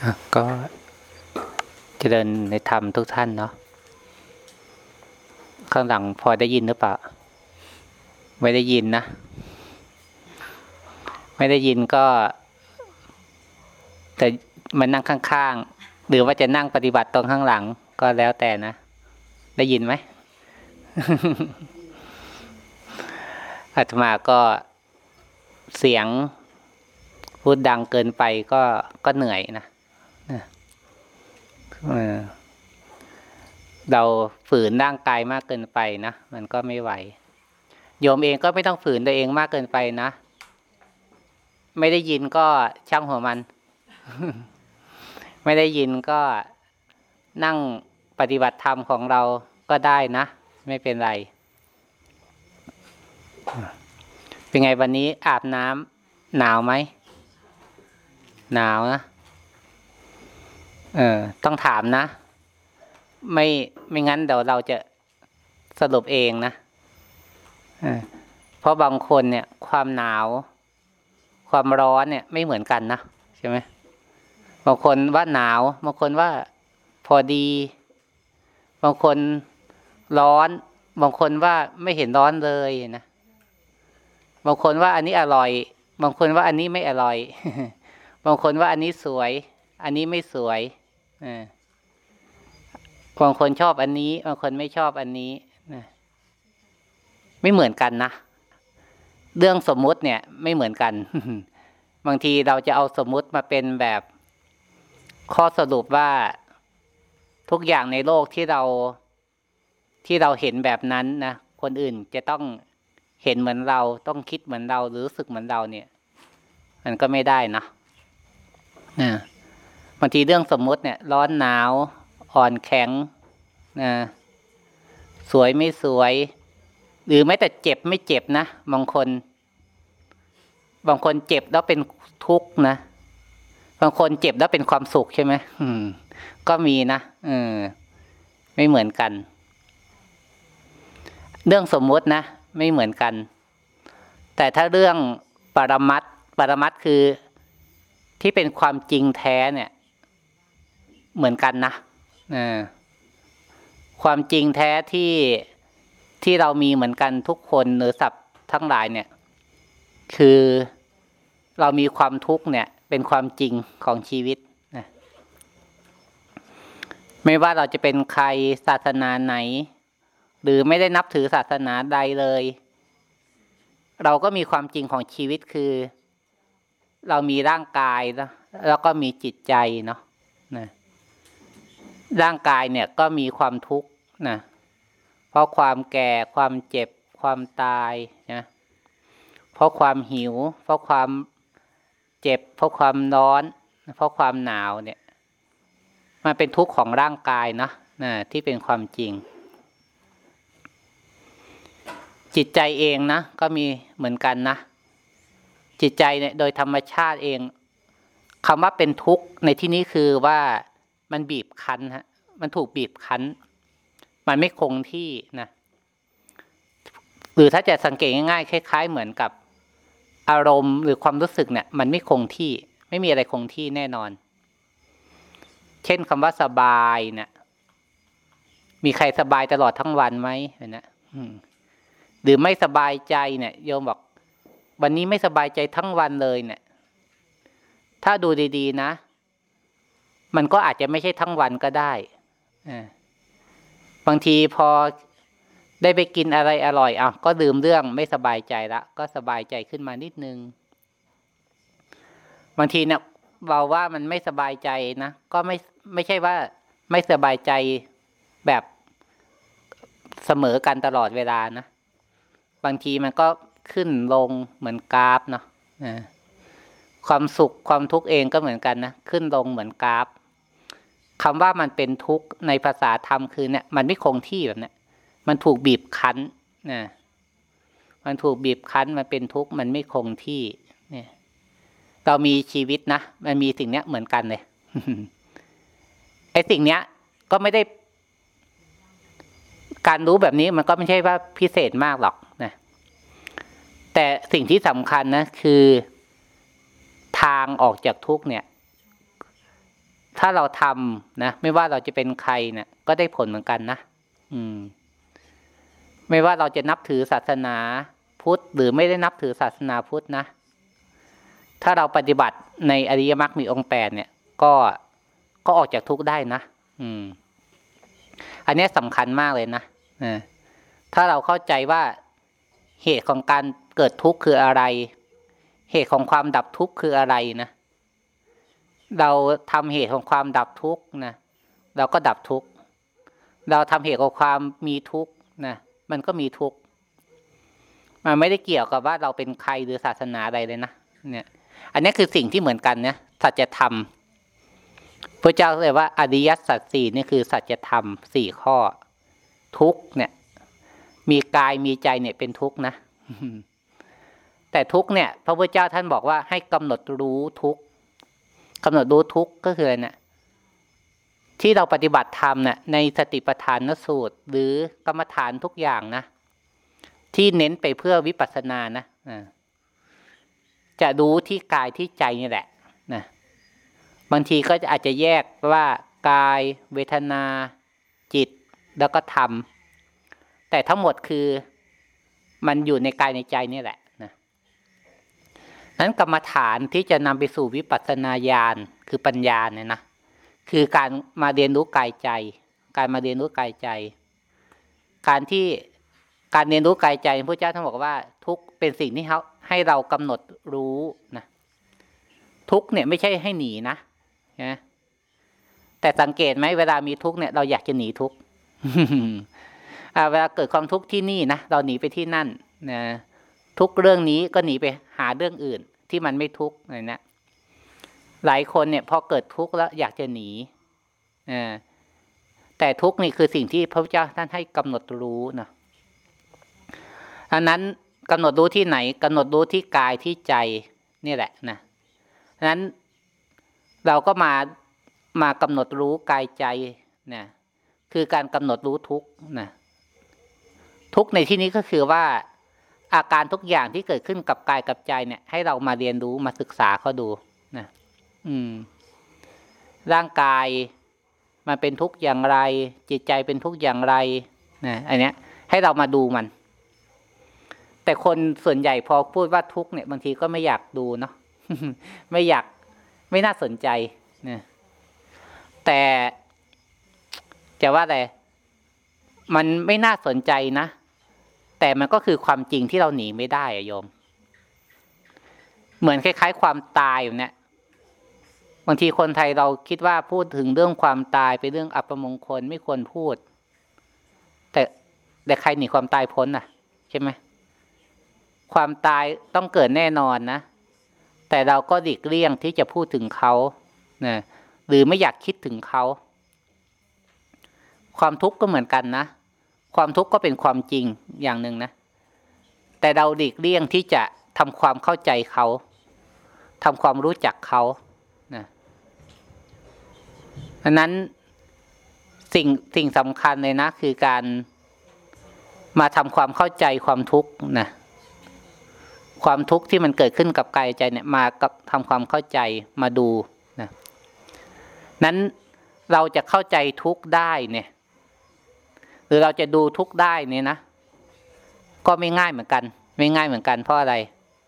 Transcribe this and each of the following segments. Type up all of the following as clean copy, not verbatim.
ก็เจริญในธรรมทุกท่านเนาะข้างหลังพอได้ยินหรือเปล่าไม่ได้ยินนะไม่ได้ยินก็แต่มันนั่งข้างๆหรือว่าจะนั่งปฏิบัติตรงข้างหลังก็แล้วแต่นะได้ยินไหม อาตมาก็เสียงพูดดังเกินไปก็เหนื่อยนะเราฝืนร่างกายมากเกินไปนะมันก็ไม่ไหวโยมเองก็ไม่ต้องฝืนตัวเองมากเกินไปนะไม่ได้ยินก็ช่างหัวมัน ไม่ได้ยินก็นั่งปฏิบัติธรรมของเราก็ได้นะไม่เป็นไรเป็นไงวันนี้อาบน้ำหนาวไหมหนาวนะต้องถามนะไม่งั้นเดี๋ยวเราจะสรุปเองนะเพราะบางคนเนี่ยความหนาวความร้อนเนี่ยไม่เหมือนกันนะใช่ไหมบางคนว่าหนาวบางคนว่าพอดีบางคนร้อนบางคนว่าไม่เห็นร้อนเลยนะบางคนว่าอันนี้อร่อยบางคนว่าอันนี้ไม่อร่อย บางคนว่าอันนี้สวยอันนี้ไม่สวยบางคนชอบอันนี้บางคนไม่ชอบอันนี้ไม่เหมือนกันนะเรื่องสมมุติเนี่ยไม่เหมือนกัน บางทีเราจะเอาสมมุติมาเป็นแบบข้อสรุปว่าทุกอย่างในโลกที่เราเห็นแบบนั้นนะคนอื่นจะต้องเห็นเหมือนเราต้องคิดเหมือนเราหรือรู้สึกเหมือนเราเนี่ยมันก็ไม่ได้นะบางทีเรื่องสมมุติเนี่ยร้อนหนาวอ่อนแข็งสวยไม่สวยหรือแม้แต่เจ็บไม่เจ็บนะบางคนเจ็บแล้วเป็นทุกข์นะบางคนเจ็บแล้วเป็นความสุขใช่ไหมก็มีนะไม่เหมือนกันเรื่องสมมุตินะไม่เหมือนกันแต่ถ้าเรื่องปรมัตถ์คือที่เป็นความจริงแท้เนี่ยเหมือนกันนะความจริงแท้ที่เรามีเหมือนกันทุกคนหรือสัตว์ทั้งหลายเนี่ยคือเรามีความทุกข์เนี่ยเป็นความจริงของชีวิตนะไม่ว่าเราจะเป็นใครศาสนาไหนหรือไม่ได้นับถือศาสนาใดเลยเราก็มีความจริงของชีวิตคือเรามีร่างกายแล้วก็มีจิตใจเนาะนะร่างกายเนี่ยก็มีความทุกข์นะเพราะความแก่ความเจ็บความตายนะเพราะความหิวเพราะความเจ็บเพราะความร้อนเพราะความหนาวเนี่ยมันเป็นทุกข์ของร่างกายนะที่เป็นความจริงจิตใจเองนะก็มีเหมือนกันนะจิตใจเนี่ยโดยธรรมชาติเองคำว่าเป็นทุกข์ในที่นี้คือว่ามันบีบคั้นฮะมันถูกบีบคั้นมันไม่คงที่นะหรือถ้าจะสังเกตง่ายๆคล้ายๆเหมือนกับอารมณ์หรือความรู้สึกเนี่ยมันไม่คงที่ไม่มีอะไรคงที่แน่นอนเช่นคำว่าสบายเนี่ยมีใครสบายตลอดทั้งวันไหมนะหรือไม่สบายใจเนี่ยโยมบอกวันนี้ไม่สบายใจทั้งวันเลยเนี่ยถ้าดูดีๆนะมันก็อาจจะไม่ใช่ทั้งวันก็ได้บางทีพอได้ไปกินอะไรอร่อยก็ลืมเรื่องไม่สบายใจละก็สบายใจขึ้นมานิดนึงบางทีเนี่ยเราว่ามันไม่สบายใจนะก็ไม่ใช่ว่าไม่สบายใจแบบเสมอกันตลอดเวลานะบางทีมันก็ขึ้นลงเหมือนกราฟเนาะความสุขความทุกข์เองก็เหมือนกันนะขึ้นลงเหมือนกราฟคำว่ามันเป็นทุกข์ในภาษาธรรมคือเนี่ยมันไม่คงที่แบบเนี้ยมันถูกบีบคั้นนะมันถูกบีบคั้นมันเป็นทุกข์มันไม่คงที่เนี่ยเรามีชีวิตนะมันมีสิ่งเนี้ยเหมือนกันเลย ไอ้สิ่งเนี้ยก็ไม่ได้การรู้แบบนี้มันก็ไม่ใช่ว่าพิเศษมากหรอกนะแต่สิ่งที่สำคัญนะคือทางออกจากทุกข์เนี่ยถ้าเราทำนะไม่ว่าเราจะเป็นใครเนี่ยก็ได้ผลเหมือนกันนะไม่ว่าเราจะนับถือศาสนาพุทธหรือไม่ได้นับถือศาสนาพุทธนะถ้าเราปฏิบัติในอริยมรรคมีองค์8เนี่ยก็ออกจากทุกข์ได้นะอันนี้สำคัญมากเลยนะถ้าเราเข้าใจว่าเหตุของการเกิดทุกข์คืออะไรเหตุของความดับทุกข์คืออะไรนะเราทำเหตุของความดับทุกข์นะเราก็ดับทุกข์เราทำเหตุของความมีทุกข์นะมันก็มีทุกข์มันไม่ได้เกี่ยวกับว่าเราเป็นใครหรือศาสนาอะไรเลยนะเนี่ยอันนี้คือสิ่งที่เหมือนกันนะสัจธรรมพระเจ้าเลยว่าอริยสัจสี่นี่คือสัจธรรม4ข้อทุกข์เนี่ยมีกายมีใจเนี่ยเป็นทุกข์นะแต่ทุกข์เนี่ยพระพุทธเจ้าท่านบอกว่าให้กำหนดรู้ทุกข์กำหนดรู้ทุกข์ก็คืออะไรเนี่ยที่เราปฏิบัติธรรมเนี่ยในสติปัฏฐานสูตรหรือกรรมฐานทุกอย่างนะที่เน้นไปเพื่อวิปัสสนานะจะรู้ที่กายที่ใจนี่แหละนะบางทีก็อาจจะแยกว่ากายเวทนาจิตแล้วก็ธรรมแต่ทั้งหมดคือมันอยู่ในกายในใจนี่แหละนะนั้นกรรมฐานที่จะนำไปสู่วิปัสสนาญาณคือปัญญาเนี่ยนะคือการมาเรียนรู้กายใจการมาเรียนรู้กายใจการเรียนรู้กายใจพระเจ้าท่านบอกว่าทุกเป็นสิ่งที่ให้เรากำหนดรู้นะทุกเนี่ยไม่ใช่ให้หนีนะแต่สังเกตไหมเวลามีทุกเนี่ยเราอยากจะหนีทุก เวลาเกิดความทุกข์ที่นี่นะเราหนีไปที่นั่นนะทุกเรื่องนี้ก็หนีไปหาเรื่องอื่นที่มันไม่ทุกข์อะไรนะหลายคนเนี่ยพอเกิดทุกข์แล้วอยากจะหนีแต่ทุกข์นี่คือสิ่งที่พระพุทธเจ้าท่านให้กำหนดรู้นะอันนั้นกำหนดรู้ที่ไหนกำหนดรู้ที่กายที่ใจนี่แหละนะนั้นเราก็มากำหนดรู้กายใจนะคือการกำหนดรู้ทุกข์นะทุกข์ในที่นี้ก็คือว่าอาการทุกอย่างที่เกิดขึ้นกับกายกับใจเนี่ยให้เรามาเรียนรู้มาศึกษาเขาดูนะร่างกายมันเป็นทุกข์อย่างไรจิตใจเป็นทุกข์อย่างไรนะอันเนี้ยให้เรามาดูมันแต่คนส่วนใหญ่พอพูดว่าทุกข์เนี่ยบางทีก็ไม่อยากดูเนาะ ไม่น่าสนใจนะแต่จะว่าอะไรมันไม่น่าสนใจนะแต่มันก็คือความจริงที่เราหนีไม่ได้อะโยมเหมือนคล้ายๆความตายอยู่เนี่ยบางทีคนไทยเราคิดว่าพูดถึงเรื่องความตายเป็นเรื่องอัปมงคลไม่ควรพูดแต่ใครหนีความตายพ้นน่ะใช่ไหมความตายต้องเกิดแน่นอนนะแต่เราก็หลีกเลี่ยงที่จะพูดถึงเขานะหรือไม่อยากคิดถึงเขาความทุกข์ก็เหมือนกันนะความทุกข์ก็เป็นความจริงอย่างหนึ่งนะแต่เราหลีกเลี่ยงที่จะทำความเข้าใจเขาทำความรู้จักเขานะดังนั้นสิ่งสำคัญเลยนะคือการมาทำความเข้าใจความทุกข์นะความทุกข์ที่มันเกิดขึ้นกับกายใจเนี่ยมากับทำความเข้าใจมาดูนะนั้นเราจะเข้าใจทุกข์ได้เนี่ยหรือเราจะดูทุกข์ได้เนี่ยนะก็ไม่ง่ายเหมือนกันเพราะอะไร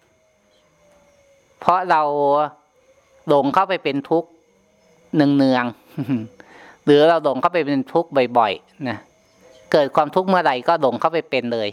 เพราะเราหลงเข้าไปเป็นทุกข์เนืองๆหรือเราหลงเข้าไปเป็นทุกข์บ่อยๆนะเกิดความทุกข์เมื่อไหร่ก็หลงเข้าไปเป็นเลย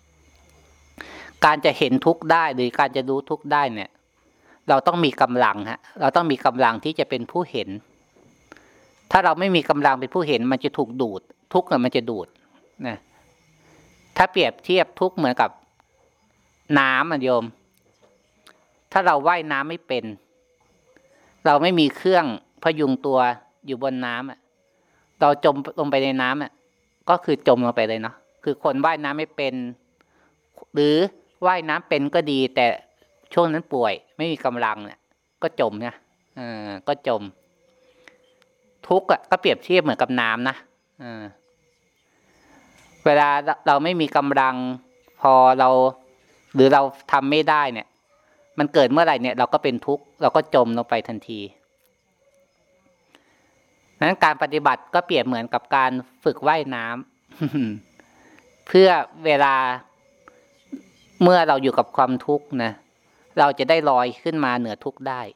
การจะเห็นทุกข์ได้หรือการจะรู้ทุกข์ได้เนี่ยเราต้องมีกำลังเราต้องมีกำลังที่จะเป็นผู้เห็นถ้าเราไม่มีกำลังเป็นผู้เห็นมันจะถูกดูดทุกข์มันจะดูดนะถ้าเปรียบเทียบทุกข์เหมือนกับน้ำโยมถ้าเราว่ายน้ำไม่เป็นเราไม่มีเครื่องพยุงตัวอยู่บนน้ำเราจมลงไปในน้ำก็คือจมลงไปเลยเนาะคือคนว่ายน้ำไม่เป็นหรือว่ายน้ำเป็นก็ดีแต่ช่วงนั้นป่วยไม่มีกำลังเนี่ยก็จมนะก็จมทุกข์ก็เปรียบเทียบเหมือนกับน้ำนะเวลาเราไม่มีกำลังพอเราหรือเราทำไม่ได้เนี่ยมันเกิดเมื่อไหร่เนี่ยเราก็เป็นทุกข์เราก็จมลงไปทันทีนั้นการปฏิบัติก็เปรียบเหมือนกับการฝึกว่ายน้ำ เพื่อเวลาเมื่อเราอยู่กับความทุกข์นะเราจะได้ลอยขึ้นมาเหนือทุกข์ได้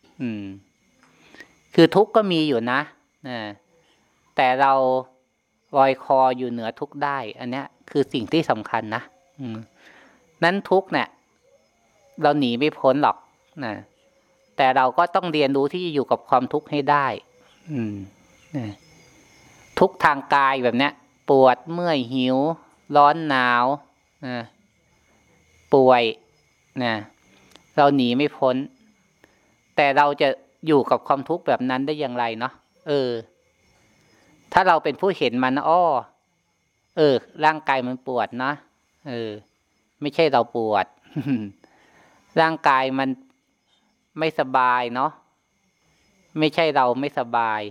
คือทุกข์ก็มีอยู่นะแต่เราลอยคออยู่เหนือทุกข์ได้อันนี้คือสิ่งที่สำคัญนะนั้นทุกข์เนี่ยเราหนีไม่พ้นหรอกนะแต่เราก็ต้องเรียนรู้ที่จะอยู่กับความทุกข์ให้ได้ทุกข์ทางกายแบบเนี้ยปวดเมื่อยหิวร้อนหนาวป่วยนะเราหนีไม่พ้นแต่เราจะอยู่กับความทุกข์แบบนั้นได้อย่างไรเนาะถ้าเราเป็นผู้เห็นมันร่างกายมันปวดนะไม่ใช่เราปวด ร่างกายมันไม่สบายเนาะไม่ใช่เราไม่สบาย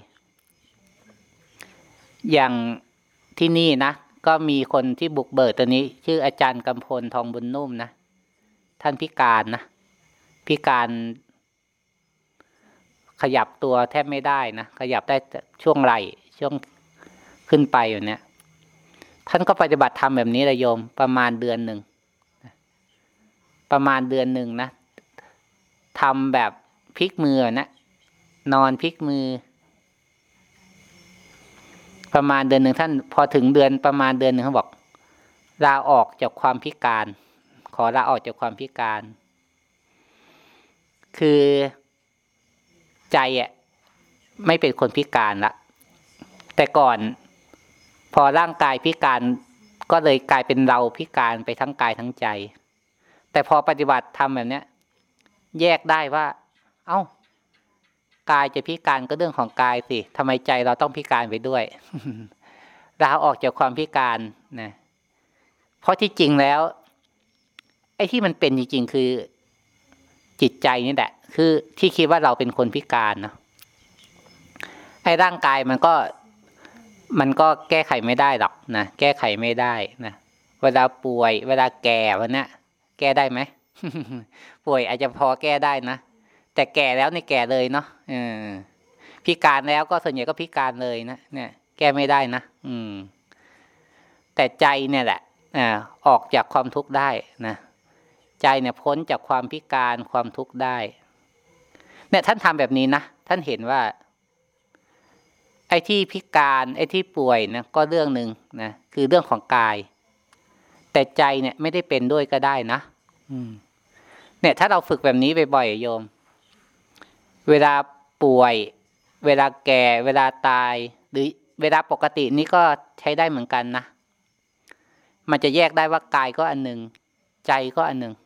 อย่างที่นี่นะก็มีคนที่บุกเบิกตัวนี้ชื่ออาจารย์กำพลทองบุญนุ่มนะท่านพิการนะพิการขยับตัวแทบไม่ได้นะขยับได้ช่วงไหล่ช่วงขึ้นไปอยู่เนี่ยท่านก็ปฏิบัติธรรมแบบนี้เลยโยมประมาณเดือนหนึ่งนะทำแบบพลิกมือนะนอนพลิกมือประมาณเดือนหนึ่งท่านพอถึงเดือนประมาณเดือนหนึ่งเขาบอกลาออกจากความพิการขอลาออกจากความพิการคือใจไม่เป็นคนพิการละแต่ก่อนพอร่างกายพิการก็เลยกลายเป็นเราพิการไปทั้งกายทั้งใจแต่พอปฏิบัติทำแบบเนี้ยแยกได้ว่ากายจะพิการก็เรื่องของกายสิทำไมใจเราต้องพิการไปด้วย ลาออกจากความพิการนะเพราะที่จริงแล้วไอ้ที่มันเป็นจริงๆคือจิตใจนี่แหละคือที่คิดว่าเราเป็นคนพิการเนาะไอ้ร่างกายมันก็แก้ไขไม่ได้หรอกนะแก้ไขไม่ได้นะเวลาป่วยเวลาแก่วันนี้แก้ได้ไหม ป่วยอาจจะพอแก้ได้นะแต่แก่แล้วนี่แก่เลยเนาะพิการแล้วก็ส่วนใหญ่ก็พิการเลยนะเนี่ยแก้ไม่ได้นะแต่ใจเนี่ยแหละออกจากความทุกข์ได้นะใจเนี่ยพ้นจากความพิการความทุกข์ได้เนี่ยท่านทำแบบนี้นะท่านเห็นว่าไอ้ที่พิการไอ้ที่ป่วยนะก็เรื่องนึงนะคือเรื่องของกายแต่ใจเนี่ยไม่ได้เป็นด้วยก็ได้นะเนี่ยถ้าเราฝึกแบบนี้บ่อยๆโยมเวลาป่วยเวลาแก่เวลาตายหรือเวลาปกตินี้ก็ใช้ได้เหมือนกันนะมันจะแยกได้ว่ากายก็อันหนึ่งใจก็อันหนึ่ง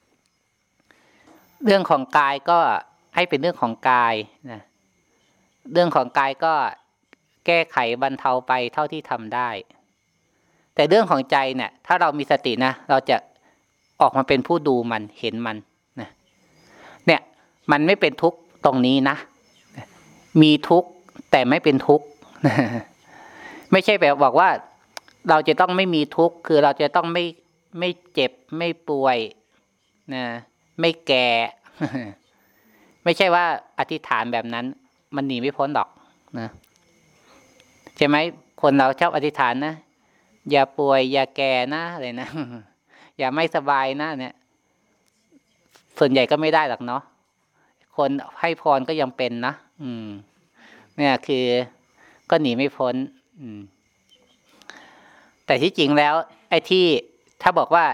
เรื่องของกายก็ให้เป็นเรื่องของกายนะเรื่องของกายก็แก้ไขบรรเทาไปเท่าที่ทำได้แต่เรื่องของใจเนี่ยถ้าเรามีสตินะเราจะออกมาเป็นผู้ดูมันเห็นมันนะเนี่ยมันไม่เป็นทุกข์ตรงนี้นะมีทุกข์แต่ไม่เป็นทุกข์ ไม่ใช่แบบบอกว่าเราจะต้องไม่มีทุกข์คือเราจะต้องไม่เจ็บไม่ป่วยนะไม่แก่ ไม่ใช่ว่าอธิษฐานแบบนั้นมันหนีไม่พ้นหรอกนะใช่ไหมคนเราชอบอธิษฐานนะอย่าป่วยอย่าแก่นะอะไรนะ อย่าไม่สบายนะเนี่ยส่วนใหญ่ก็ไม่ได้หรอกเนาะคนให้พรก็ยังเป็นนะเนี่ยคือก็หนีไม่พ้นแต่ที่จริงแล้วไอ้ที่ถ้าบอกว่า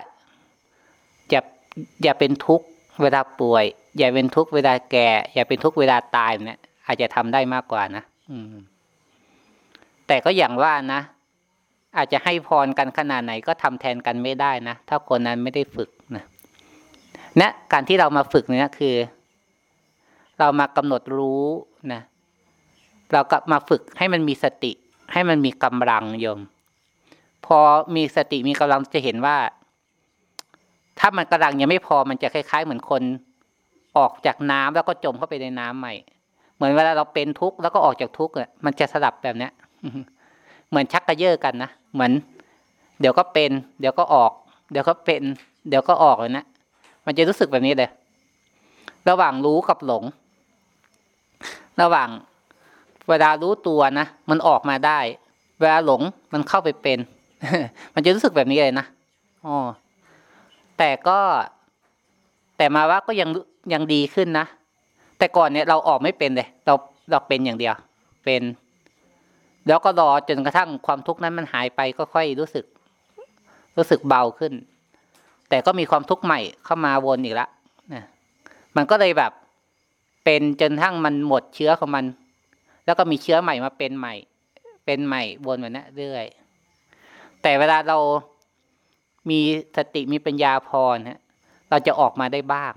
อย่าเป็นทุกข์เวลาป่วยอย่าเป็นทุกข์เวลาแก่อย่าเป็นทุกข์เวลาตายเนี่ยอาจจะทำได้มากกว่านะแต่ก็อย่างว่านะอาจจะให้พรกันขนาดไหนก็ทำแทนกันไม่ได้นะถ้าคนนั้นไม่ได้ฝึกนะการที่เรามาฝึกเนี่ยคือเรามากำหนดรู้นะเราก็มาฝึกให้มันมีสติให้มันมีกำลังโยมพอมีสติมีกำลังจะเห็นว่าถ้ามันกำลังยังไม่พอมันจะคล้ายๆเหมือนคนออกจากน้ำแล้วก็จมเข้าไปในน้ำใหม่เหมือนเวลาเราเป็นทุกข์แล้วก็ออกจากทุกข์มันจะสลับแบบเนี้ย เหมือนชักกระเยาะกันนะเหมือนเดี๋ยวก็เป็นเดี๋ยวก็ออกเดี๋ยวก็เป็นเดี๋ยวก็ออกเลยนะมันจะรู้สึกแบบนี้เลยระหว่างรู้กับหลงระหว่างเวลารู้ตัวนะมันออกมาได้เวลาหลงมันเข้าไปเป็น มันจะรู้สึกแบบนี้เลยนะอ๋อแต่ก็แต่มาว่าก็ยังดีขึ้นนะแต่ก่อนเนี่ยเราออกไม่เป็นเลยเราเป็นอย่างเดียวเป็นแล้วก็รอจนกระทั่งความทุกข์นั้นมันหายไปก็ค่อยรู้สึกเบาขึ้นแต่ก็มีความทุกข์ใหม่เข้ามาวนอีกละนะมันก็เลยแบบเป็นจนทั้งมันหมดเชื้อของมันแล้วก็มีเชื้อใหม่มาเป็นใหม่วนแบบนี้เรื่อยแต่เวลาเรามีสติมีปัญญาพอนะเราจะออกมาได้บ้าง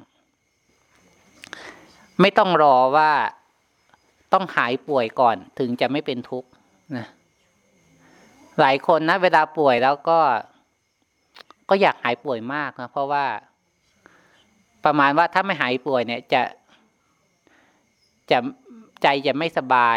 ไม่ต้องรอว่าต้องหายป่วยก่อนถึงจะไม่เป็นทุกข์นะหลายคนนะเวลาป่วยแล้วก็อยากหายป่วยมากนะเพราะว่าประมาณว่าถ้าไม่หายป่วยเนี่ยจะใจจะไม่สบาย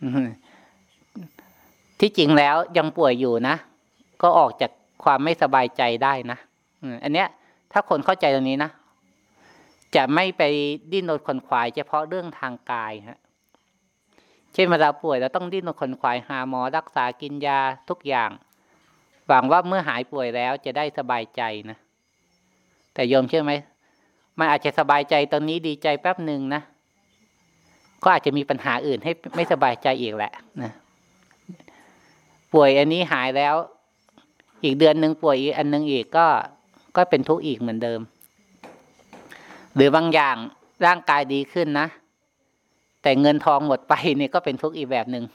ที่จริงแล้วยังป่วยอยู่นะก็ออกจากความไม่สบายใจได้นะอันเนี้ยถ้าคนเข้าใจตรงนี้นะจะไม่ไปดิ้นรนขวนขวายเฉพาะเรื่องทางกายฮะเช่นเวลาป่วยเราต้องดิ้นรนขวนขวายหาหมอรักษากินยาทุกอย่างหวังว่าเมื่อหายป่วยแล้วจะได้สบายใจนะแต่โยมเชื่อไหมมันอาจจะสบายใจตอนนี้ดีใจแป๊บหนึ่งนะก็อาจจะมีปัญหาอื่นให้ไม่สบายใจอีกแหละนะป่วยอันนี้หายแล้วอีกเดือนนึงป่วยอีกอันนึงอีกก็เป็นทุกข์อีกเหมือนเดิมหรือบางอย่างร่างกายดีขึ้นนะแต่เงินทองหมดไปเนี่ยก็เป็นทุกข์อีกแบบหนึ่ง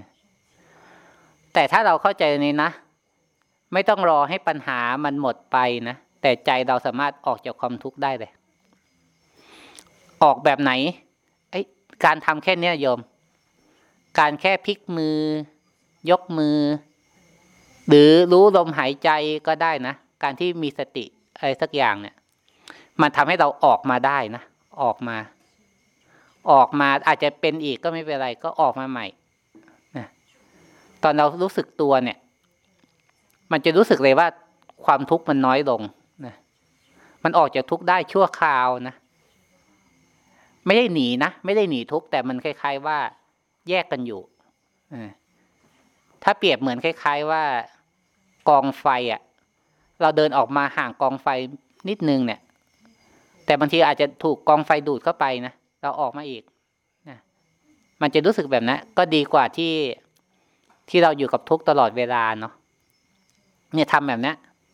แต่ถ้าเราเข้าใจนี้นะไม่ต้องรอให้ปัญหามันหมดไปนะแต่ใจเราสามารถออกจากความทุกข์ได้เลยออกแบบไหนการทำแค่นี้โยมการแค่พลิกมือยกมือหรือรู้ลมหายใจก็ได้นะการที่มีสติอะไรสักอย่างเนี่ยมันทำให้เราออกมาได้นะออกมาอาจจะเป็นอีกก็ไม่เป็นไรก็ออกมาใหม่นะตอนเรารู้สึกตัวเนี่ยมันจะรู้สึกเลยว่าความทุกข์มันน้อยลงนะมันออกจากทุกข์ได้ชั่วคราวนะไม่ได้หนีนะไม่ได้หนีทุกข์แต่มันคล้ายๆว่าแยกกันอยู่ถ้าเปรียบเหมือนคล้ายๆว่ากองไฟอ่ะเราเดินออกมาห่างกองไฟนิดนึงเนี่ยแต่บางทีอาจจะถูกกองไฟดูดเข้าไปนะเราออกมาอีกนะมันจะรู้สึกแบบนั้นก็ดีกว่าที่เราอยู่กับทุกข์ตลอดเวลาเนาะเนี่ยทำแบบนี้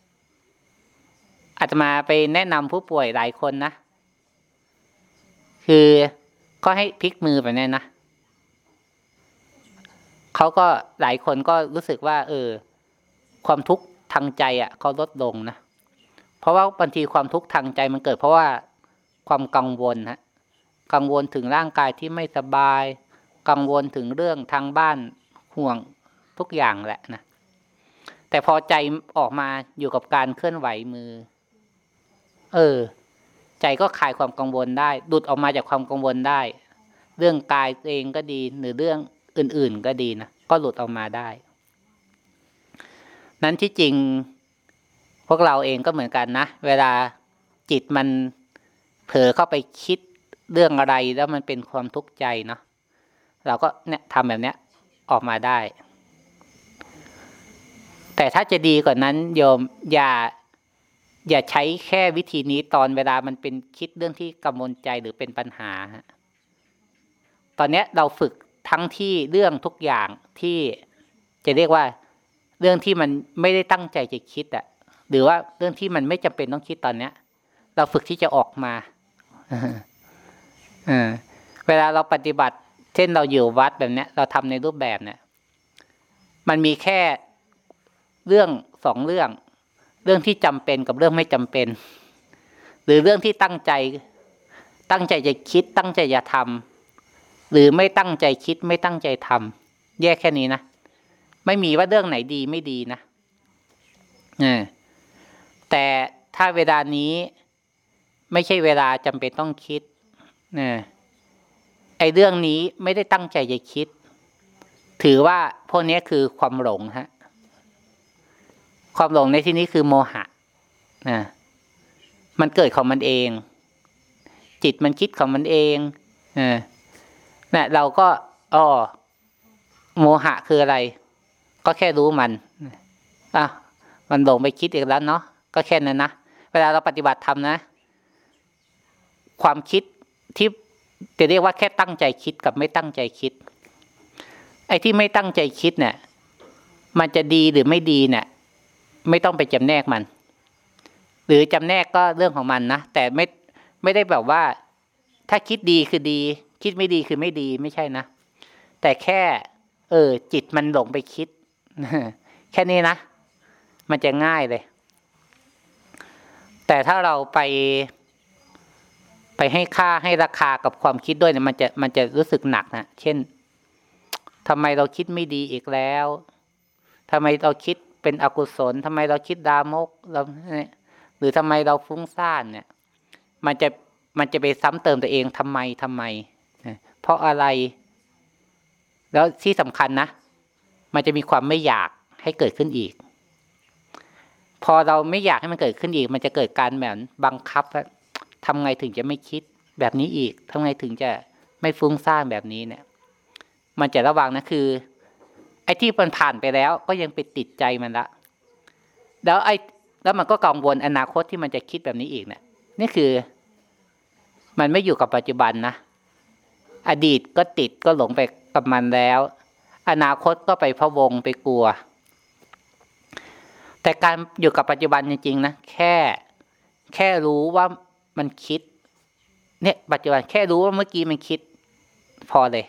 อาจจะมาไปแนะนำผู้ป่วยหลายคนนะคือก็ให้พลิกมือแบบนี้นะเขาก็หลายคนก็รู้สึกว่าความทุกข์ทางใจเขาลดลงนะเพราะว่าบางทีความทุกข์ทางใจมันเกิดเพราะว่าความกังวลฮะกังวลถึงร่างกายที่ไม่สบายกังวลถึงเรื่องทางบ้านห่วงทุกอย่างแหละนะแต่พอใจออกมาอยู่กับการเคลื่อนไหวมือใจก็คลายความกังวลได้ดุดออกมาจากความกังวลได้เรื่องกายเองก็ดีหรือเรื่องอื่นๆก็ดีนะก็หลุดออกมาได้นั้นที่จริงพวกเราเองก็เหมือนกันนะเวลาจิตมันเผลอเข้าไปคิดเรื่องอะไรแล้วมันเป็นความทุกข์ใจเนาะเราก็เนี่ยทำแบบเนี้ยออกมาได้แต่ถ้าจะดีกว่านั้นโยมอย่าใช้แค่วิธีนี้ตอนเวลามันเป็นคิดเรื่องที่กังวลใจหรือเป็นปัญหาตอนนี้เราฝึกทั้งที่เรื่องทุกอย่างที่จะเรียกว่าเรื่องที่มันไม่ได้ตั้งใจจะคิดหรือว่าเรื่องที่มันไม่จำเป็นต้องคิดตอนเนี้ยเราฝึกที่จะออกมาเวลาเราปฏิบัติเช่นเราอยู่วัดแบบเนี้ยเราทำในรูปแบบเนี่ยมันมีแค่เรื่อง2เรื่องที่จำเป็นกับเรื่องไม่จำเป็นหรือเรื่องที่ตั้งใจจะคิดตั้งใจจะทำหรือไม่ตั้งใจคิดไม่ตั้งใจทำแยกแค่นี้นะไม่มีว่าเรื่องไหนดีไม่ดีนะแต่ถ้าเวลานี้ไม่ใช่เวลาจำเป็นต้องคิดไอ้เรื่องนี้ไม่ได้ตั้งใจจะคิดถือว่าพวกนี้คือความหลงฮะความหลงในที่นี้คือโมหะมันเกิดของมันเองจิตมันคิดของมันเองเราก็โมหะคืออะไรก็แค่รู้มันมันหลงไปคิดอีกแล้วเนาะก็แค่นั้นนะเวลาเราปฏิบัติธรรมนะความคิดที่จะเรียกว่าแค่ตั้งใจคิดกับไม่ตั้งใจคิดไอ้ที่ไม่ตั้งใจคิดเนี่ยมันจะดีหรือไม่ดีเนี่ยไม่ต้องไปจำแนกมันหรือจำแนกก็เรื่องของมันนะแต่ไม่ได้แบบว่าถ้าคิดดีคือดีคิดไม่ดีคือไม่ดีไม่ใช่นะแต่แค่จิตมันหลงไปคิดแค่นี้นะมันจะง่ายเลยแต่ถ้าเราไปให้ค่าให้ราคากับความคิดด้วยเนี่ยมันจะรู้สึกหนักนะเช่นทำไมเราคิดไม่ดีอีกแล้วทำไมเราคิดเป็นอกุศลทำไมเราคิดลามกเราหรือทำไมเราฟุ้งซ่านเนี่ยมันจะไปซ้ำเติมตัวเองทำไมเพราะอะไรแล้วที่สำคัญนะมันจะมีความไม่อยากให้เกิดขึ้นอีกพอเราไม่อยากให้มันเกิดขึ้นอีกมันจะเกิดการแบบบังคับว่าทำไงถึงจะไม่คิดแบบนี้อีกทำไงถึงจะไม่ฟุ้งซ่านแบบนี้เนี่ยมันจะระวังนะคือไอ้ที่มันผ่านไปแล้วก็ยังไปติดใจมันละแล้วมันก็กังวลอนาคตที่มันจะคิดแบบนี้อีกเนี่ยนี่คือมันไม่อยู่กับปัจจุบันนะอดีตก็ติดก็หลงไปกับมันแล้วอนาคตก็ไปพะวงไปกลัวแต่การอยู่กับปัจจุบันจริงๆนะแค่รู้ว่ามันคิดเนี่ยปัจจุบันแค่รู้ว่าเมื่อกี้มันคิดพอเลย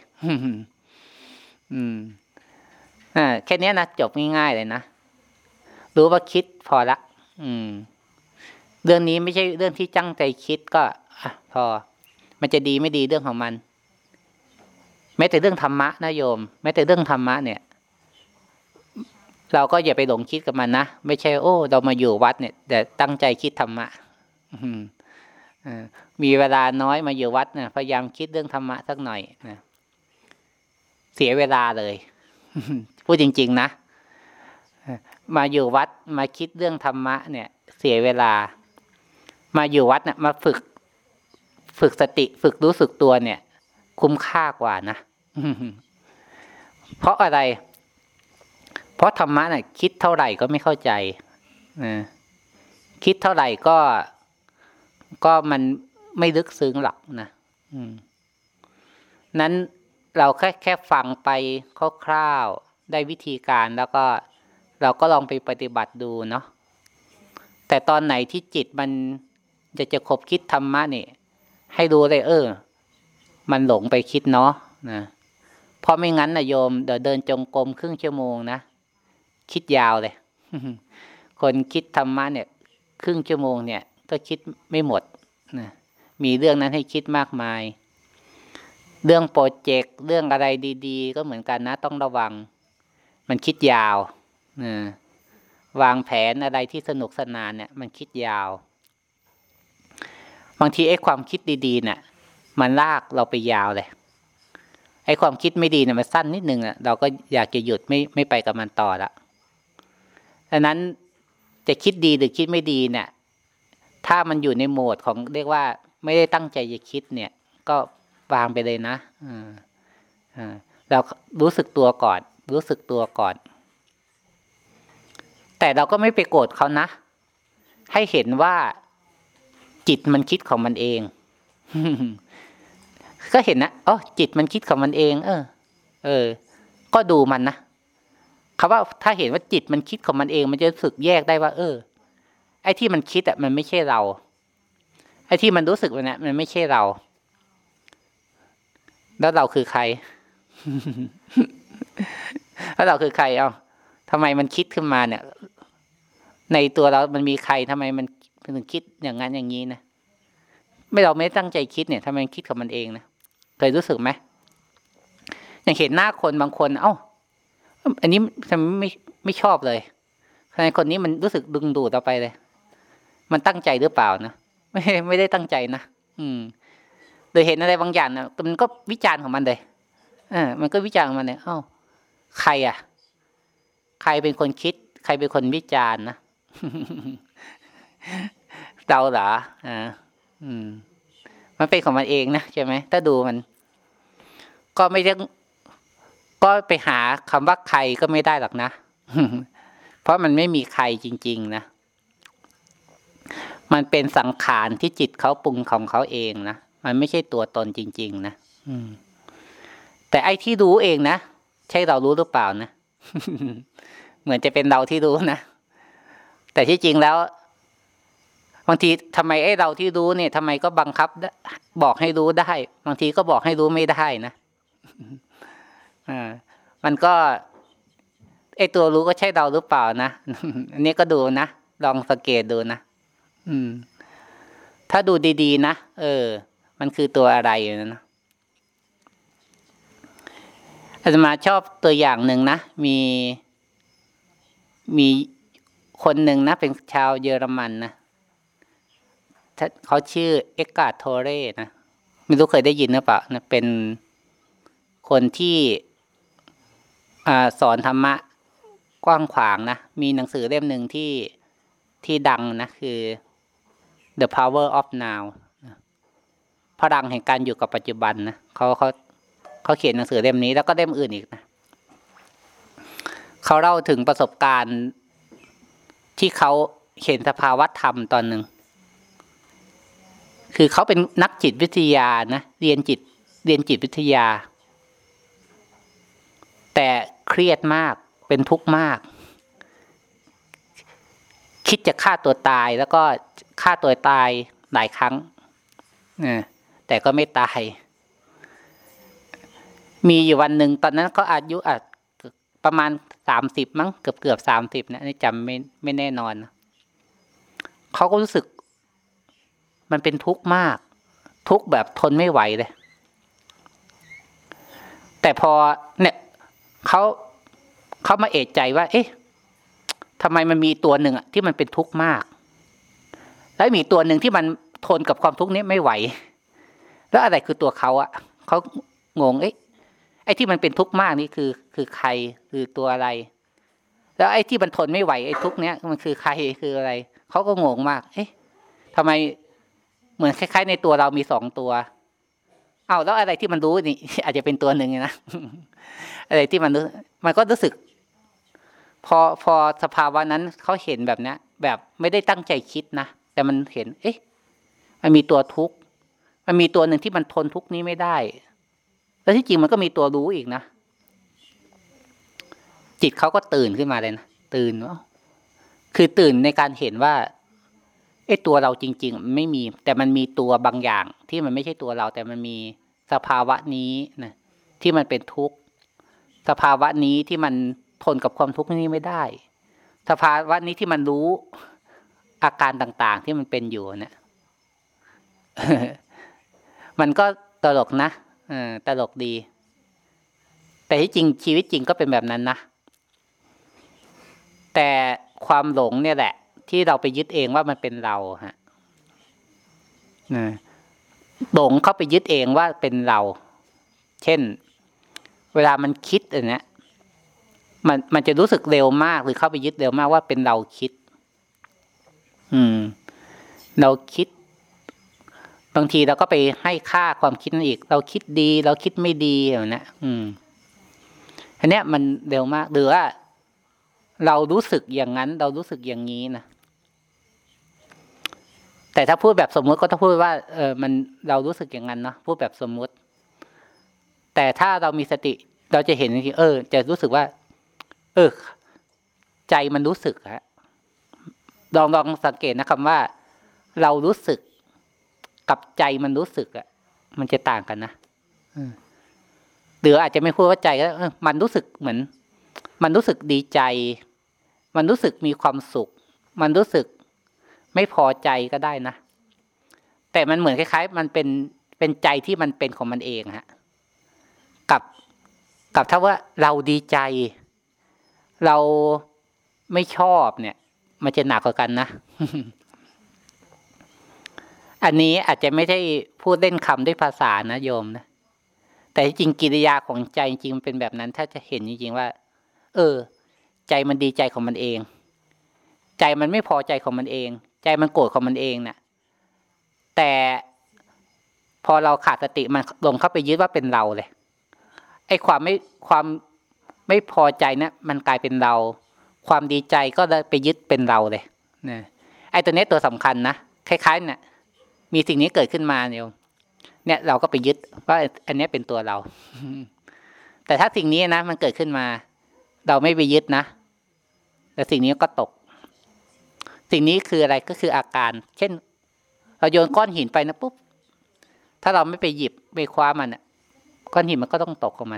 แค่นี้นะจบง่ายๆเลยนะรู้ว่าคิดพอละเรื่องนี้ไม่ใช่เรื่องที่ตั้งใจคิดก็พอมันจะดีไม่ดีเรื่องของมันแม้แต่เรื่องธรรมะนะโยมแม้แต่เรื่องธรรมะเนี่ยเราก็อย่าไปหลงคิดกับมันนะไม่ใช่เรามาอยู่วัดเนี่ยแต่ตั้งใจคิดธรรมะมีเวลาน้อยมาอยู่วัดเนี่ยพยายามคิดเรื่องธรรมะสักหน่อยนะเสียเวลาเลยพูดจริงๆนะมาอยู่วัดมาคิดเรื่องธรรมะเนี่ยเสียเวลามาอยู่วัดเนี่ยมาฝึกสติฝึกรู้สึกตัวเนี่ยคุ้มค่ากว่านะเพราะอะไรเพราะธรรมะเนี่ยคิดเท่าไหร่ก็ไม่เข้าใจคิดเท่าไหร่ก็มันไม่ลึกซึ้งหรอกนะนั้นเราแค่ฟังไปคร่าวๆได้วิธีการแล้วก็เราก็ลองไปปฏิบัติดูเนาะแต่ตอนไหนที่จิตมันจะคบคิดธรรมะนี่ให้รู้เลยมันหลงไปคิดเนาะนะเพราะไม่งั้นนะโยมเดี๋ยวเดินจงกรมครึ่งชั่วโมงนะคิดยาวเลย คนคิดธรรมะเนี่ยครึ่งชั่วโมงเนี่ยก็คิดไม่หมดนะมีเรื่องนั้นให้คิดมากมายเรื่องโปรเจกต์เรื่องอะไรดีๆก็เหมือนกันนะต้องระวังมันคิดยาววางแผนอะไรที่สนุกสนานเนี่ยมันคิดยาวบางทีไอ้ความคิดดีๆเนี่ยมันลากเราไปยาวเลยไอ้ความคิดไม่ดีเนี่ยมันสั้นนิดนึงเราก็อยากจะหยุดไม่ไปกับมันต่อละดังนั้นจะคิดดีหรือคิดไม่ดีเนี่ยถ้ามันอยู่ในโหมดของเรียกว่าไม่ได้ตั้งใจจะคิดเนี่ยก็วางไปเลยนะเรารู้สึกตัวก่อนแต่เราก็ไม่ไปโกรธเขานะให้เห็นว่าจิตมันคิดของมันเอง ก็เห็นนะจิตมันคิดของมันเองก็ดูมันนะคำว่าถ้าเห็นว่าจิตมันคิดของมันเองมันจะรู้สึกแยกได้ว่าไอ้ที่มันคิดมันไม่ใช่เราไอ้ที่มันรู้สึกมันไม่ใช่เราแล้วเราคือใคร แล้วเราคือใครทำไมมันคิดขึ้นมาเนี่ยในตัวเรามันมีใครทำไมมันถึงคิดอย่างนั้นอย่างนี้นะเราไม่ตั้งใจคิดเนี่ยทำไมมันคิดของมันเองนะเคยรู้สึกไหมอย่างเห็นหน้าคนบางคนอันนี้ทำไมไม่ชอบเลยทำไมคนนี้มันรู้สึกดึงดูดเราไปเลยมันตั้งใจหรือเปล่านะไม่ได้ตั้งใจนะโดยเห็นอะไรบางอย่างนะมันก็วิจารณ์ของมันเลยมันก็วิจารณ์ของมันเลยใครใครเป็นคนคิดใครเป็นคนวิจารณ์นะเราเหรอมันเป็นของมันเองนะใช่ไหมถ้าดูมันก็ไม่ต้องก็ไปหาคำว่าใครก็ไม่ได้หรอกนะ เพราะมันไม่มีใครจริงๆนะมันเป็นสังขารที่จิตเขาปรุงของเขาเองนะมันไม่ใช่ตัวตนจริงๆนะแต่ไอ้ที่รู้เองนะใช่เรารู้หรือเปล่านะ เหมือนจะเป็นเราที่รู้นะแต่ที่จริงแล้วบางทีทำไมไอ้เราที่รู้เนี่ยทำไมก็บังคับบอกให้รู้ได้บางทีก็บอกให้รู้ไม่ได้นะ มันก็ไอ้ตัวรู้ก็ใช่เราหรือเปล่านะ อันนี้ก็ดูนะลองสังเกตดูนะถ้าดูดีๆนะมันคือตัวอะไรนะอาตมาชอบตัวอย่างหนึ่งนะมีคนหนึ่งนะเป็นชาวเยอรมันนะเขาชื่อเอ็กการ์ทโทเร่นะไม่รู้เคยได้ยินหรือเปล่านะเป็นคนที่สอนธรรมะกว้างขวางนะมีหนังสือเล่มหนึ่งที่ดังนะคือ The Power of Now พลังแห่งการอยู่กับปัจจุบันนะเขาเขียนหนังสือเล่มนี้แล้วก็เล่มอื่นอีกนะเขาเล่าถึงประสบการณ์ที่เขาเห็นสภาวะธรรมตอนหนึ่งคือเขาเป็นนักจิตวิทยานะเรียนจิตวิทยาแต่เครียดมากเป็นทุกข์มากคิดจะฆ่าตัวตายแล้วก็ฆ่าตัวตายหลายครั้งแต่ก็ไม่ตายมีอยู่วันหนึ่งตอนนั้นก็อายุประมาณ30มั้งเกือบ30นะนี่จำไม่แน่นอนเขาก็รู้สึกมันเป็นทุกข์มากทุกข์แบบทนไม่ไหวเลยแต่พอเนี่ยเขามาเอะใจว่าเอ๊ะทำไมมันมีตัวหนึ่งที่มันเป็นทุกข์มากแล้วมีตัวหนึ่งที่มันทนกับความทุกข์นี้ไม่ไหวแล้วอะไรคือตัวเขาเขางงไอ้ที่มันเป็นทุกข์มากนี่คือใครคือตัวอะไรแล้วไอ้ที่มันทนไม่ไหวไอ้ทุกข์เนี้ยมันคือใครคืออะไรเขาก็งงมากทำไมเหมือนคล้ายๆในตัวเรามี2ตัวแล้วอะไรที่มันรู้นี่ อาจจะเป็นตัวหนึ่งนะ อะไรที่มันก็รู้สึกพอสภาวะนั้นเขาเห็นแบบนี้แบบไม่ได้ตั้งใจคิดนะแต่มันเห็นมันมีตัวทุกข์มันมีตัวหนึ่งที่มันทนทุกข์นี้ไม่ได้แล้วที่จริงมันก็มีตัวรู้อีกนะจิตเขาก็ตื่นขึ้นมาเลยนะตื่นคือตื่นในการเห็นว่าตัวเราจริงๆมันไม่มีแต่มันมีตัวบางอย่างที่มันไม่ใช่ตัวเราแต่มันมีสภาวะนี้นะที่มันเป็นทุกข์สภาวะนี้ที่มันทนกับความทุกข์นี้ไม่ได้สภาวะนี้ที่มันรู้อาการต่างๆที่มันเป็นอยู่เนี่ย มันก็ตลกนะตลกดีแต่ที่จริงชีวิตจริงก็เป็นแบบนั้นนะแต่ความหลงเนี่ยแหละที่เราไปยึดเองว่ามันเป็นเราฮะหลงเข้าไปยึดเองว่าเป็นเราเช่นเวลามันคิดอย่างเนี้ยมันจะรู้สึกเร็วมากหรือเข้าไปยึดเร็วมากว่าเป็นเราคิดเราคิดบางทีเราก็ไปให้ค่าความคิดนั่นอีกเราคิดดีเราคิดไม่ดีอย่างนี้อันเนี้ยมันเร็วมากหรือว่าเรารู้สึกอย่างนั้นเรารู้สึกอย่างนี้นะแต่ถ้าพูดแบบสมมุติก็ต้องพูดว่ามันเรารู้สึกอย่างนั้นเนาะพูดแบบสมมุติแต่ถ้าเรามีสติเราจะเห็นจริงจะรู้สึกว่าใจมันรู้สึกฮะลองสังเกตนะคำว่าเรารู้สึกกับใจมันรู้สึกมันจะต่างกันนะหรืออาจจะไม่พูดว่าใจก็มันรู้สึกเหมือนมันรู้สึกดีใจมันรู้สึกมีความสุขมันรู้สึกไม่พอใจก็ได้นะแต่มันเหมือนคล้ายๆมันเป็นใจที่มันเป็นของมันเองฮะกับถ้าว่าเราดีใจเราไม่ชอบเนี่ยมันจะหนักกว่ากันนะ อันนี้อาจจะไม่ได้พูดเล่นคำด้วยภาษานะโยมนะแต่จริงกิริยาของใจจริงมันเป็นแบบนั้นถ้าจะเห็นจริงๆว่าใจมันดีใจของมันเองใจมันไม่พอใจของมันเองใจมันโกรธของมันเองน่ะแต่พอเราขาดสติมันลงเข้าไปยึดว่าเป็นเราเลยไอ้ความไม่พอใจนะมันกลายเป็นเราความดีใจก็เลยไปยึดเป็นเราเลยนะไอ้ตัวนี้ตัวสำคัญนะคล้ายๆเนี่ยมีสิ่งนี้เกิดขึ้นมาเนี่ยเราก็ไปยึดว่าอันนี้เป็นตัวเราแต่ถ้าสิ่งนี้นะมันเกิดขึ้นมาเราไม่ไปยึดนะแต่สิ่งนี้ก็ตกสิ่งนี้คืออะไรก็คืออาการเช่นเราโยนก้อนหินไปนะปุ๊บถ้าเราไม่ไปหยิบไปคว้ามันก้อนหินมันก็ต้องตกของมัน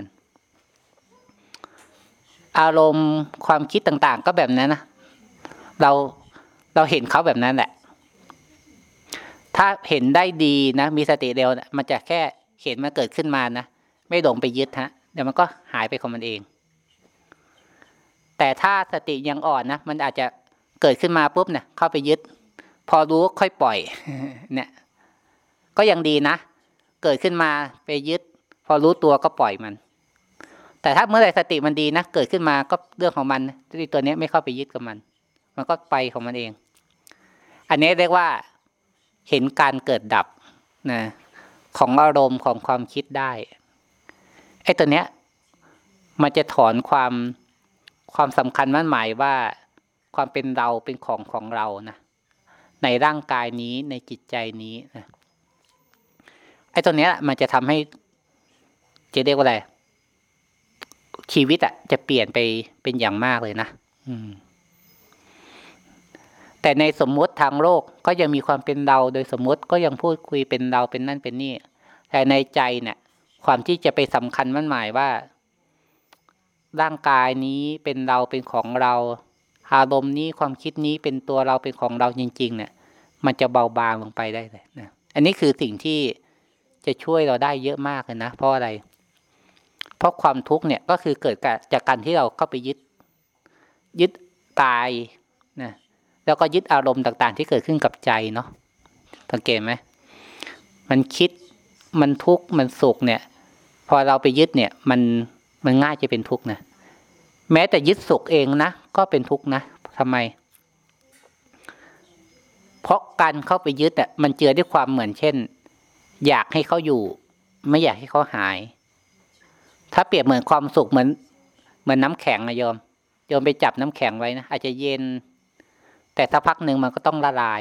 อารมณ์ความคิดต่างๆก็แบบนั้นนะเราเห็นเขาแบบนั้นแหละถ้าเห็นได้ดีนะมีสติเร็วมันจะแค่เห็นมันเกิดขึ้นมานะไม่หลงไปยึดเดี๋ยวมันก็หายไปของมันเองแต่ถ้าสติยังอ่อนนะมันอาจจะเกิดขึ้นมาปุ๊บเนี่ยเข้าไปยึดพอรู้ค่อยปล่อยเนี่ยก็ยังดีนะเกิดขึ้นมาไปยึดพอรู้ตัวก็ปล่อยมันแต่ถ้าเมื่อไหร่สติมันดีนะเกิดขึ้นมาก็เรื่องของมันตัวนี้ไม่เข้าไปยึดกับมันก็ไปของมันเองอันนี้เรียกว่าเห็นการเกิดดับนะของอารมณ์ของความคิดได้ไอ้ตัวเนี้ยมันจะถอนความสำคัญมั่นหมายว่าความเป็นเราเป็นของเรานะในร่างกายนี้ในจิตใจนี้นะไอ้ตัวเนี้ยมันจะทำให้จะเรียกว่าอะไรชีวิตจะเปลี่ยนไปเป็นอย่างมากเลยนะแต่ในสมมติทางโลกก็ยังมีความเป็นเราโดยสมมติก็ยังพูดคุยเป็นเราเป็นนั่นเป็นนี่แต่ในใจเนี่ยความที่จะไปสำคัญมั่นหมายว่าร่างกายนี้เป็นเราเป็นของเราอารมณ์นี้ความคิดนี้เป็นตัวเราเป็นของเราจริงๆเนี่ยมันจะเบาบางลงไปได้เลยนะอันนี้คือสิ่งที่จะช่วยเราได้เยอะมากเลยนะเพราะอะไรเพราะความทุกข์เนี่ยก็คือเกิดจากการที่เราเข้าไปยึดกายนะแล้วก็ยึดอารมณ์ต่างๆที่เกิดขึ้นกับใจเนาะสังเกตไหมมันคิดมันทุกข์มันสุขเนี่ยพอเราไปยึดเนี่ยมันง่ายจะเป็นทุกข์นะแม้แต่ยึดสุขเองนะก็เป็นทุกข์นะทำไมเพราะการเข้าไปยึดมันเจือด้วยความเหมือนเช่นอยากให้เขาอยู่ไม่อยากให้เขาหายถ้าเปรียบเหมือนความสุขเหมือนน้ำแข็งนะโยมไปจับน้ำแข็งไว้นะอาจจะเย็นแต่สักพักหนึ่งมันก็ต้องละลาย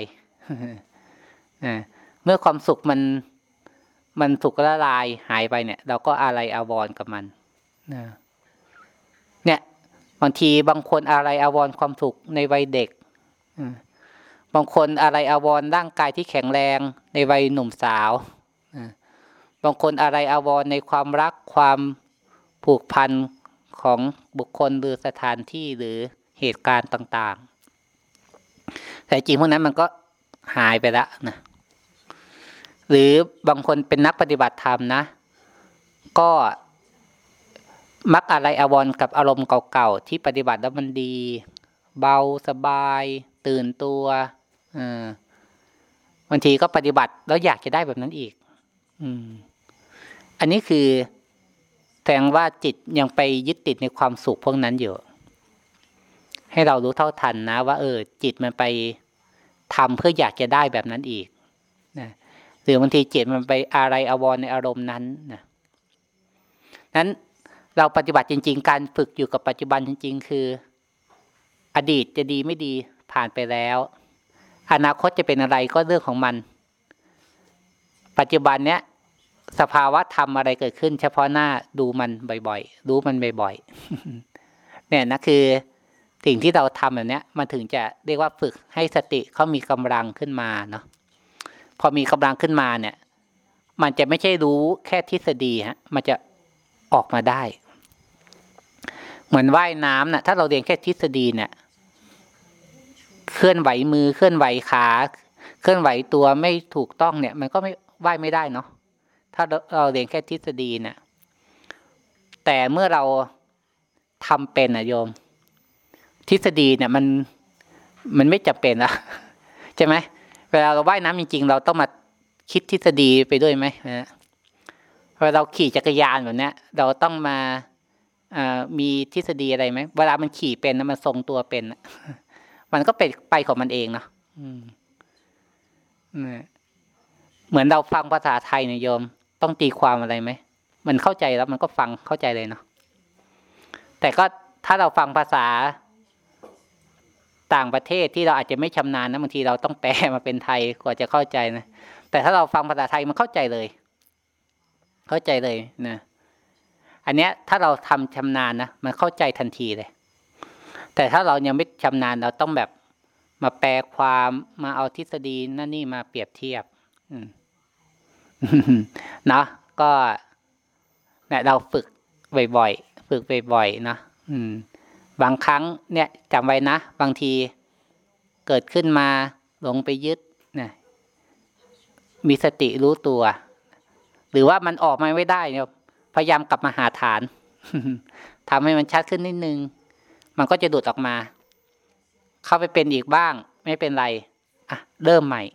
เมื่อความสุขมันสุกละลายหายไปเนี่ยเราก็อาลัยอาวรณ์กับมันเนี่ยบางทีบางคนอาลัยอาวรณ์ความสุขในวัยเด็กบางคนอาลัยอาวรณ์ร่างกายที่แข็งแรงในวัยหนุ่มสาวบางคนอาลัยอาวรณ์ในความรักความผูกพันของบุคคลหรือสถานที่หรือเหตุการณ์ต่างๆแต่จริงพวกนั้นมันก็หายไปแล้วนะหรือบางคนเป็นนักปฏิบัติธรรมนะก็มักอะไรอาวรณ์กับอารมณ์เก่าๆที่ปฏิบัติแล้วมันดีเบาสบายตื่นตัวบางทีก็ปฏิบัติแล้วอยากจะได้แบบนั้นอีกอันนี้คือแสดงว่าจิตยังไปยึดติดในความสุขพวกนั้นอยู่ให้เรารู้เท่าทันนะว่าจิตมันไปทำเพื่ออยากจะได้แบบนั้นอีกนะหรือบางทีจิตมันไปอะไรอาวรณ์ในอารมณ์นั้นนะนั้นเราปฏิบัติจริงๆการฝึกอยู่กับปัจจุบันจริงๆคืออดีตจะดีไม่ดีผ่านไปแล้วอนาคตจะเป็นอะไรก็เรื่องของมันปัจจุบันเนี้ยสภาวะธรรมอะไรเกิดขึ้นเฉพาะหน้าดูมันบ่อยๆรู้มันบ่อยๆเนี่ยนะคือสิ่งที่เราทำแบบนี้มันถึงจะเรียกว่าฝึกให้สติเขามีกำลังขึ้นมาเนาะพอมีกำลังขึ้นมาเนี่ยมันจะไม่ใช่รู้แค่ทฤษฎีมันจะออกมาได้เหมือนว่ายน้ำถ้าเราเรียนแค่ทฤษฎีเนี่ยเคลื่อนไหวมือเคลื่อนไหวขาเคลื่อนไหวตัวไม่ถูกต้องเนี่ยมันก็ไม่ว่ายไม่ได้เนาะถ้าเราเรียนแค่ทฤษฎีเนี่ยแต่เมื่อเราทำเป็นโยมทฤษฎีเนี่ยมันไม่จำเป็นละใช่ไหมเวลาเราว่ายน้ำจริงๆเราต้องมาคิดทฤษฎีไปด้วยไหมเวลาเราขี่จักรยานแบบนี้เราต้องมามีทฤษฎีอะไรไหมเวลามันขี่เป็นนะมันทรงตัวเป็นมันก็ไปของมันเองเนาะเหมือนเราฟังภาษาไทยเนี่ยโยมต้องตีความอะไรไหมมันเข้าใจแล้วมันก็ฟังเข้าใจเลยเนาะแต่ก็ถ้าเราฟังภาษาต่างประเทศที่เราอาจจะไม่ชำนาญนะบางทีเราต้องแปลมาเป็นไทยกว่าจะเข้าใจนะแต่ถ้าเราฟังภาษาไทยมันเข้าใจเลยนะอันเนี้ยถ้าเราทำชำนาญนะมันเข้าใจทันทีเลยแต่ถ้าเรายังไม่ชำนาญเราต้องแบบมาแปลความมาเอาทฤษฎีนั่นนี่มาเปรียบเทียบนะก็เนี่ยเราฝึกบ่อยๆนะบางครั้งเนี่ยจำไว้นะบางทีเกิดขึ้นมาหลงไปยึดนะมีสติรู้ตัวหรือว่ามันออกมาไม่ได้เนี่ยพยายามกลับมาหาฐาน ทำให้มันชัดขึ้นนิดนึงมันก็จะดูดออกมาเข้าไปเป็นอีกบ้างไม่เป็นไรเริ่มใหม่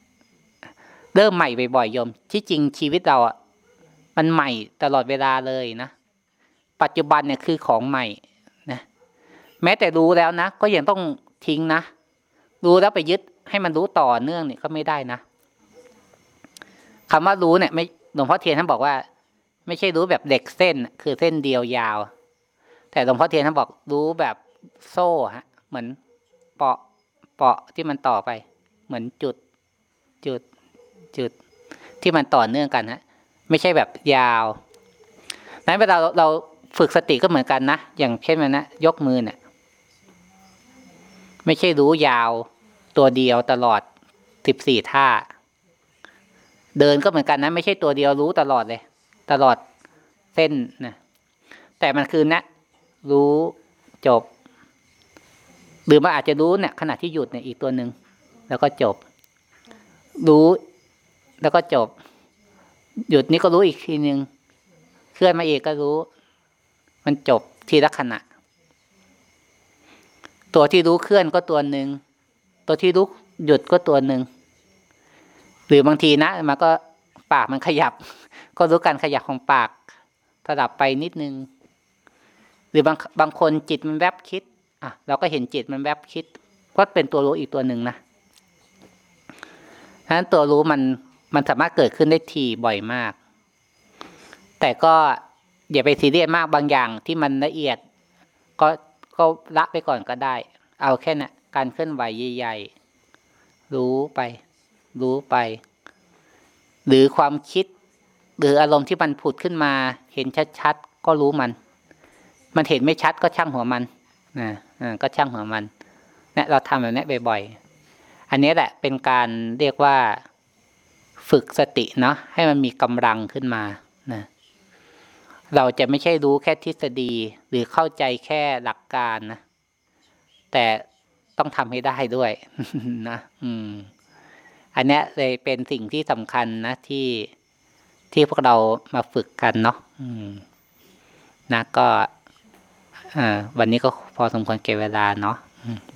บ่อยๆโยมที่จริงชีวิตเรามันใหม่ตลอดเวลาเลยนะปัจจุบันเนี่ยคือของใหม่นะแม้แต่รู้แล้วนะก็ยังต้องทิ้งนะรู้แล้วไปยึดให้มันรู้ต่อเนื่องเนี่ยก็ไม่ได้นะคำว่ารู้เนี่ยไม่หลวงพ่อเทียนท่านบอกว่าไม่ใช่รู้แบบเหล็กเส้นคือเส้นเดียวยาวแต่หลวงพ่อเทียนท่านบอกรู้แบบโซ่ฮะเหมือนเปาะที่มันต่อไปเหมือนจุดที่มันต่อเนื่องกันฮะไม่ใช่แบบยาวนั้นเวลาเราฝึกสติก็เหมือนกันนะอย่างเช่นมันนะยกมือเนี่ยไม่ใช่รู้ยาวตัวเดียวตลอด14ท่าเดินก็เหมือนกันนะไม่ใช่ตัวเดียวรู้ตลอดเลยตลอดเส้นนะแต่มันคือนะรู้จบหรือมันอาจจะรู้เนี่ยขณะที่หยุดเนี่ยอีกตัวหนึ่งแล้วก็จบรู้แล้วก็จบหยุดนี้ก็รู้อีกทีนึงเคลื่อนมาอีกก็รู้มันจบทีละขณะตัวที่รู้เคลื่อนก็ตัวหนึ่งตัวที่รู้หยุดก็ตัวหนึ่งหรือบางทีนะมันก็ปากมันขยับก็รู้การขยับของปากสลับไปนิดนึงหรือบางคนจิตมันแวบคิดเราก็เห็นจิตมันแวบคิดก็เป็นตัวรู้อีกตัวหนึ่งนะฉะนั้นตัวรู้มันสามารถเกิดขึ้นได้ทีบ่อยมากแต่ก็อย่าไปซีเรียสมากบางอย่างที่มันละเอียดก็ละไปก่อนก็ได้เอาแค่นั้นการเคลื่อนไหวใหญ่ๆรู้ไปหรือความคิดหรืออารมณ์ที่มันผุดขึ้นมาเห็นชัดๆก็รู้มันเห็นไม่ชัดก็ช่างหัวมันก็ช่างหัวมันเนี่ยเราทำแบบนี้บ่อยๆอันนี้แหละเป็นการเรียกว่าฝึกสติเนาะให้มันมีกำลังขึ้นมานะเราจะไม่ใช่รู้แค่ทฤษฎีหรือเข้าใจแค่หลักการนะแต่ต้องทำให้ได้ด้วย นะอันนี้เลยเป็นสิ่งที่สำคัญนะที่พวกเรามาฝึกกันเนาะนะก็วันนี้ก็พอสมควรเก็บเวลาเนาะ